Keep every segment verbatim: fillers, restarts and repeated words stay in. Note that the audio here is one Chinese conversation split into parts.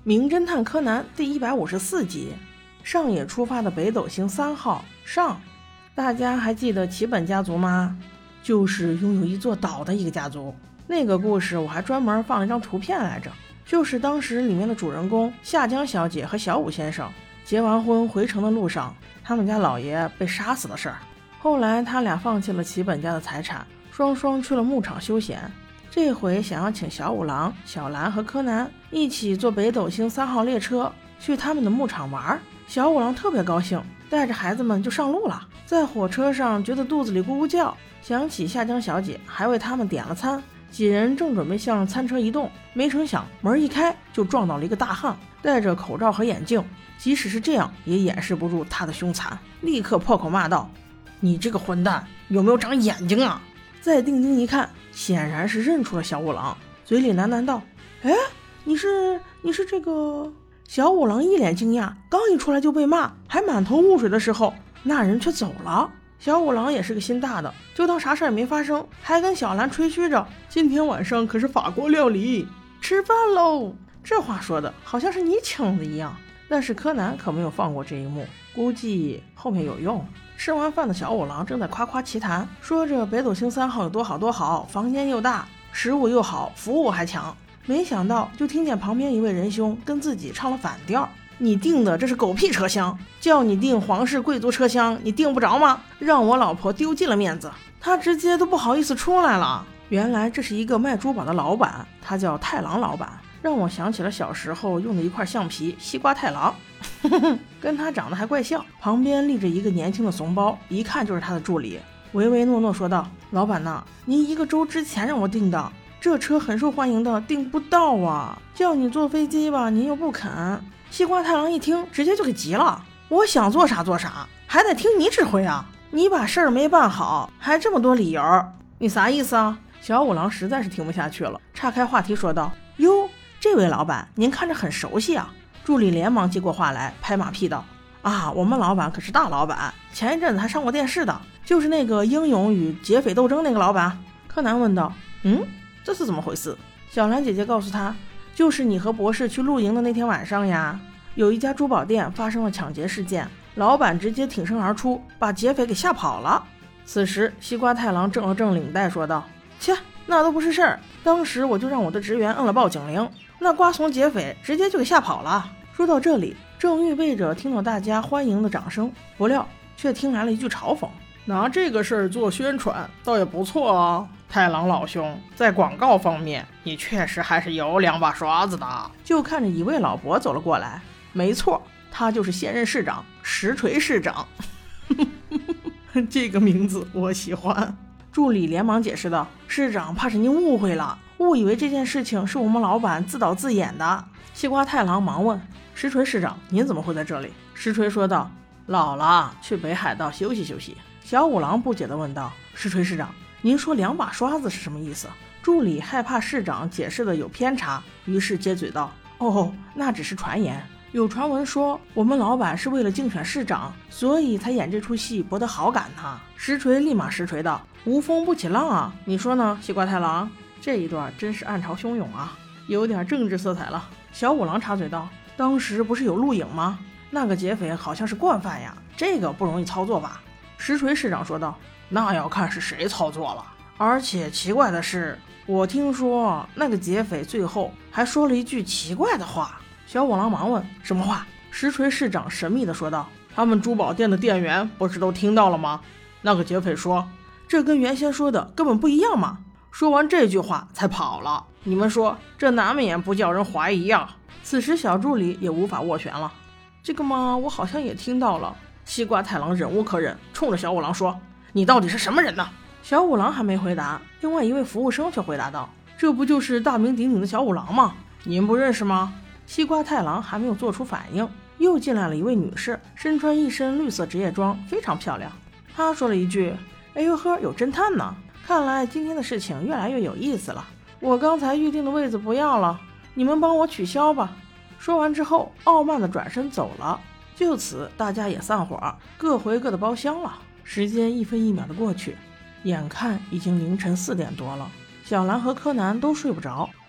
名侦探柯南第一百五十四集，上野出发的北斗星三号上。大家还记得齐本家族吗？就是拥有一座岛的一个家族。那个故事我还专门放了一张图片来着，就是当时里面的主人公夏江小姐和小五先生结完婚回城的路上，他们家老爷被杀死的事儿。后来他俩放弃了齐本家的财产，双双去了牧场休闲。这回想要请小五郎、小兰和柯南一起坐北斗星三号列车去他们的牧场玩。小五郎特别高兴，带着孩子们就上路了。在火车上觉得肚子里咕咕叫，想起夏江小姐还为他们点了餐，几人正准备向餐车移动，没成想门一开就撞到了一个大汉，戴着口罩和眼镜，即使是这样也掩饰不住他的凶残，立刻破口骂道：你这个混蛋，有没有长眼睛啊？再定睛一看，显然是认出了小五郎，嘴里喃喃道：哎，你是你是这个……小五郎一脸惊讶，刚一出来就被骂，还满头雾水的时候，那人却走了。小五郎也是个心大的，就当啥事儿也没发生，还跟小兰吹嘘着今天晚上可是法国料理，吃饭喽。这话说的好像是你请的一样。但是柯南可没有放过这一幕，估计后面有用。吃完饭的小五郎正在夸夸其谈，说着北斗星三号有多好多好，房间又大，食物又好，服务还强。没想到就听见旁边一位仁兄跟自己唱了反调：你订的这是狗屁车厢，叫你订皇室贵族车厢，你订不着吗？让我老婆丢尽了面子，他直接都不好意思出来了。原来这是一个卖珠宝的老板，他叫太郎老板，让我想起了小时候用的一块橡皮西瓜太郎跟他长得还怪像。旁边立着一个年轻的怂包，一看就是他的助理，唯唯诺诺说道：老板呐，您一个周之前让我订的，这车很受欢迎的，订不到啊，叫你坐飞机吧，您又不肯。西瓜太郎一听直接就给急了，我想做啥做啥，还得听你指挥啊，你把事儿没办好还这么多理由，你啥意思啊？小五郎实在是听不下去了，岔开话题说道：哟，这位老板您看着很熟悉啊。助理连忙接过话来，拍马屁道：啊，我们老板可是大老板，前一阵子还上过电视的，就是那个英勇与劫匪斗争那个老板。柯南问道：嗯，这是怎么回事？小兰姐姐告诉他，就是你和博士去露营的那天晚上呀，有一家珠宝店发生了抢劫事件，老板直接挺身而出，把劫匪给吓跑了。此时西瓜太郎正了正领带说道：切，那都不是事儿，当时我就让我的职员摁了报警铃，那瓜怂劫匪直接就给吓跑了。说到这里，正预备着听到大家欢迎的掌声，不料却听来了一句嘲讽：拿这个事儿做宣传倒也不错啊，太郎老兄，在广告方面你确实还是有两把刷子的。就看着一位老伯走了过来，没错，他就是现任市长石锤市长这个名字我喜欢。助理连忙解释道：市长怕是您误会了，误以为这件事情是我们老板自导自演的。西瓜太郎忙问：石锤市长，您怎么会在这里？石锤说道：老了，去北海道休息休息。小五郎不解地问道：石锤市长，您说两把刷子是什么意思？助理害怕市长解释的有偏差，于是接嘴道：哦，那只是传言，有传闻说我们老板是为了竞选市长，所以才演这出戏博得好感呢。石锤立马实锤道：无风不起浪啊，你说呢，西瓜太郎？这一段真是暗潮汹涌啊，有点政治色彩了。小五郎插嘴道：当时不是有录影吗？那个劫匪好像是惯犯呀，这个不容易操作吧？石锤市长说道：那要看是谁操作了，而且奇怪的是，我听说那个劫匪最后还说了一句奇怪的话。小五郎忙问：什么话？石锤市长神秘地说道：他们珠宝店的店员不是都听到了吗？那个劫匪说，这跟原先说的根本不一样嘛，说完这句话才跑了。你们说这难免不叫人怀疑啊。此时小助理也无法斡旋了，这个嘛，我好像也听到了。西瓜太郎忍无可忍，冲着小五郎说：你到底是什么人呢？小五郎还没回答，另外一位服务生却回答道：这不就是大名鼎鼎的小五郎吗？您不认识吗？西瓜太郎还没有做出反应，又进来了一位女士，身穿一身绿色职业装，非常漂亮。她说了一句：哎呦呵，有侦探呢，看来今天的事情越来越有意思了，我刚才预定的位子不要了，你们帮我取消吧。说完之后傲慢地转身走了。就此大家也散伙，各回各的包厢了。时间一分一秒的过去，眼看已经凌晨四点多了，小兰和柯南都睡不着，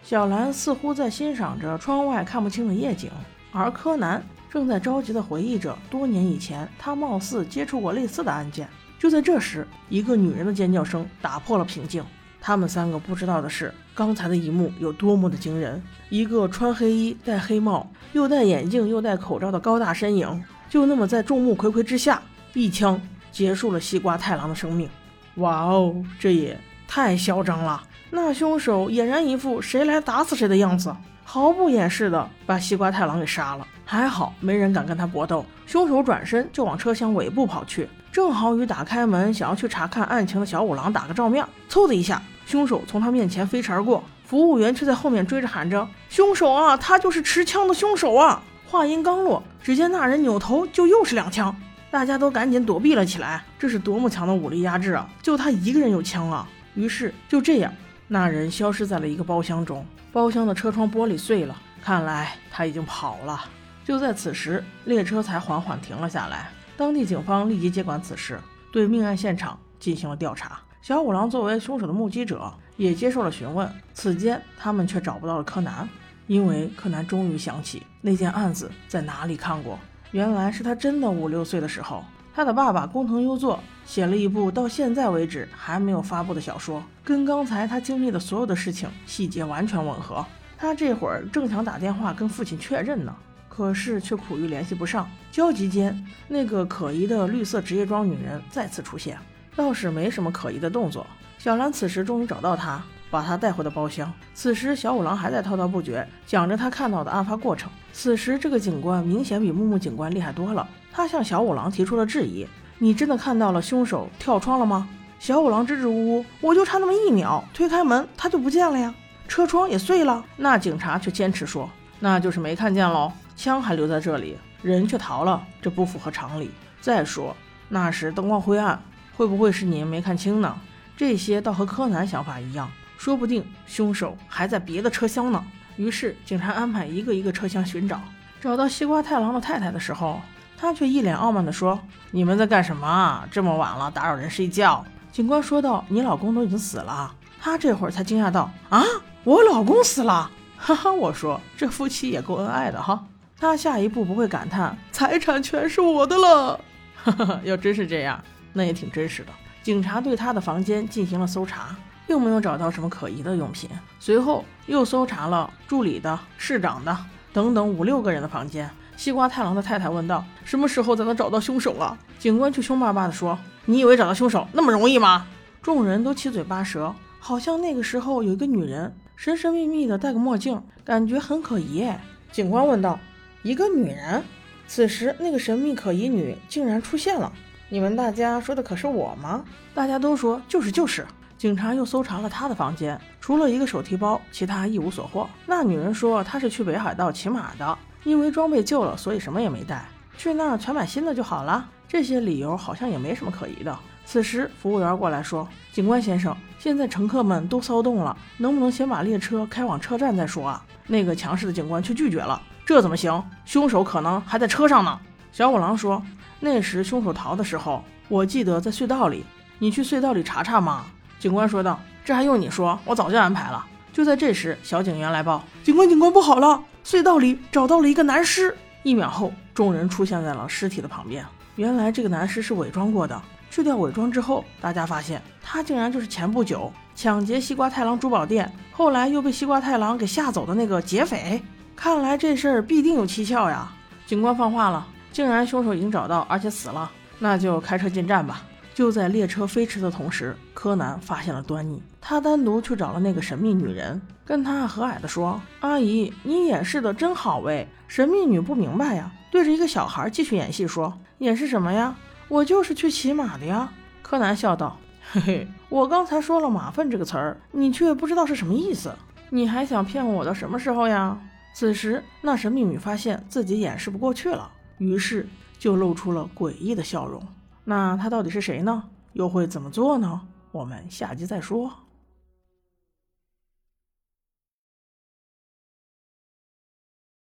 小兰似乎在欣赏着窗外看不清的夜景，而柯南正在着急地回忆着多年以前他貌似接触过类似的案件。就在这时，一个女人的尖叫声打破了平静。他们三个不知道的是，刚才的一幕有多么的惊人。一个穿黑衣、戴黑帽、又戴眼镜又戴口罩的高大身影，就那么在众目睽睽之下，一枪结束了西瓜太郎的生命。哇哦，这也太嚣张了！那凶手俨然一副谁来打死谁的样子，毫不掩饰的把西瓜太郎给杀了。还好没人敢跟他搏斗，凶手转身就往车厢尾部跑去，正好与打开门想要去查看案情的小五郎打个照面。嗖的一下，凶手从他面前飞驰而过，服务员却在后面追着喊着：凶手啊，他就是持枪的凶手啊！话音刚落，只见那人扭头就又是两枪，大家都赶紧躲避了起来。这是多么强的武力压制啊，就他一个人有枪啊！于是就这样，那人消失在了一个包厢中，包厢的车窗玻璃碎了，看来他已经跑了。就在此时，列车才缓缓停了下来，当地警方立即接管此事，对命案现场进行了调查。小五郎作为凶手的目击者也接受了询问，此间他们却找不到了柯南，因为柯南终于想起那件案子在哪里看过，原来是他真的五六岁的时候，他的爸爸工藤优作写了一部到现在为止还没有发布的小说，跟刚才他经历的所有的事情细节完全吻合。他这会儿正想打电话跟父亲确认呢，可是却苦于联系不上。焦急间，那个可疑的绿色职业装女人再次出现，倒是没什么可疑的动作。小兰此时终于找到她，把她带回了包厢。此时小五郎还在滔滔不绝讲着他看到的案发过程。此时这个警官明显比木木警官厉害多了，他向小五郎提出了质疑：你真的看到了凶手跳窗了吗？小五郎支支吾吾：我就差那么一秒，推开门他就不见了呀，车窗也碎了。那警察却坚持说，那就是没看见咯，枪还留在这里，人却逃了，这不符合常理。再说那时灯光灰暗，会不会是你没看清呢？这些倒和柯南想法一样，说不定凶手还在别的车厢呢。于是警察安排一个一个车厢寻找，找到西瓜太郎的太太的时候，他却一脸傲慢地说：你们在干什么？这么晚了，打扰人睡觉。警官说道：你老公都已经死了。他这会儿才惊讶道：啊，我老公死了？哈哈，我说这夫妻也够恩爱的哈。他下一步不会感叹财产全是我的了。哈哈，要真是这样，那也挺真实的。警察对他的房间进行了搜查，并没有找到什么可疑的用品。随后又搜查了助理的、市长的等等五六个人的房间。西瓜太郎的太太问道：什么时候才能找到凶手啊？警官却凶巴巴地说：你以为找到凶手那么容易吗？众人都七嘴八舌，好像那个时候有一个女人神神秘秘的戴个墨镜，感觉很可疑。警官问道：一个女人？此时那个神秘可疑女竟然出现了。你们大家说的可是我吗？大家都说就是就是。警察又搜查了她的房间，除了一个手提包，其他一无所获。那女人说她是去北海道骑马的，因为装备旧了，所以什么也没带，去那儿全买新的就好了。这些理由好像也没什么可疑的。此时服务员过来说：警官先生，现在乘客们都骚动了，能不能先把列车开往车站再说啊？那个强势的警官却拒绝了：这怎么行？凶手可能还在车上呢。小五郎说：那时凶手逃的时候，我记得在隧道里，你去隧道里查查吗？警官说道：这还用你说，我早就安排了。就在这时，小警员来报：警官警官，不好了，隧道里找到了一个男尸。一秒后，众人出现在了尸体的旁边。原来这个男尸是伪装过的，去掉伪装之后，大家发现他竟然就是前不久抢劫西瓜太郎珠宝店，后来又被西瓜太郎给吓走的那个劫匪。看来这事儿必定有蹊跷呀。警官放话了，竟然凶手已经找到，而且死了，那就开车进站吧。就在列车飞驰的同时，柯南发现了端倪，他单独去找了那个神秘女人，跟她和蔼地说：阿姨，你演示的真好喂。神秘女不明白呀，对着一个小孩继续演戏说：演示什么呀？我就是去骑马的呀。柯南笑道：嘿嘿，我刚才说了马粪这个词儿，你却不知道是什么意思，你还想骗我到什么时候呀？此时那神秘女发现自己掩饰不过去了，于是就露出了诡异的笑容。那她到底是谁呢？又会怎么做呢？我们下集再说。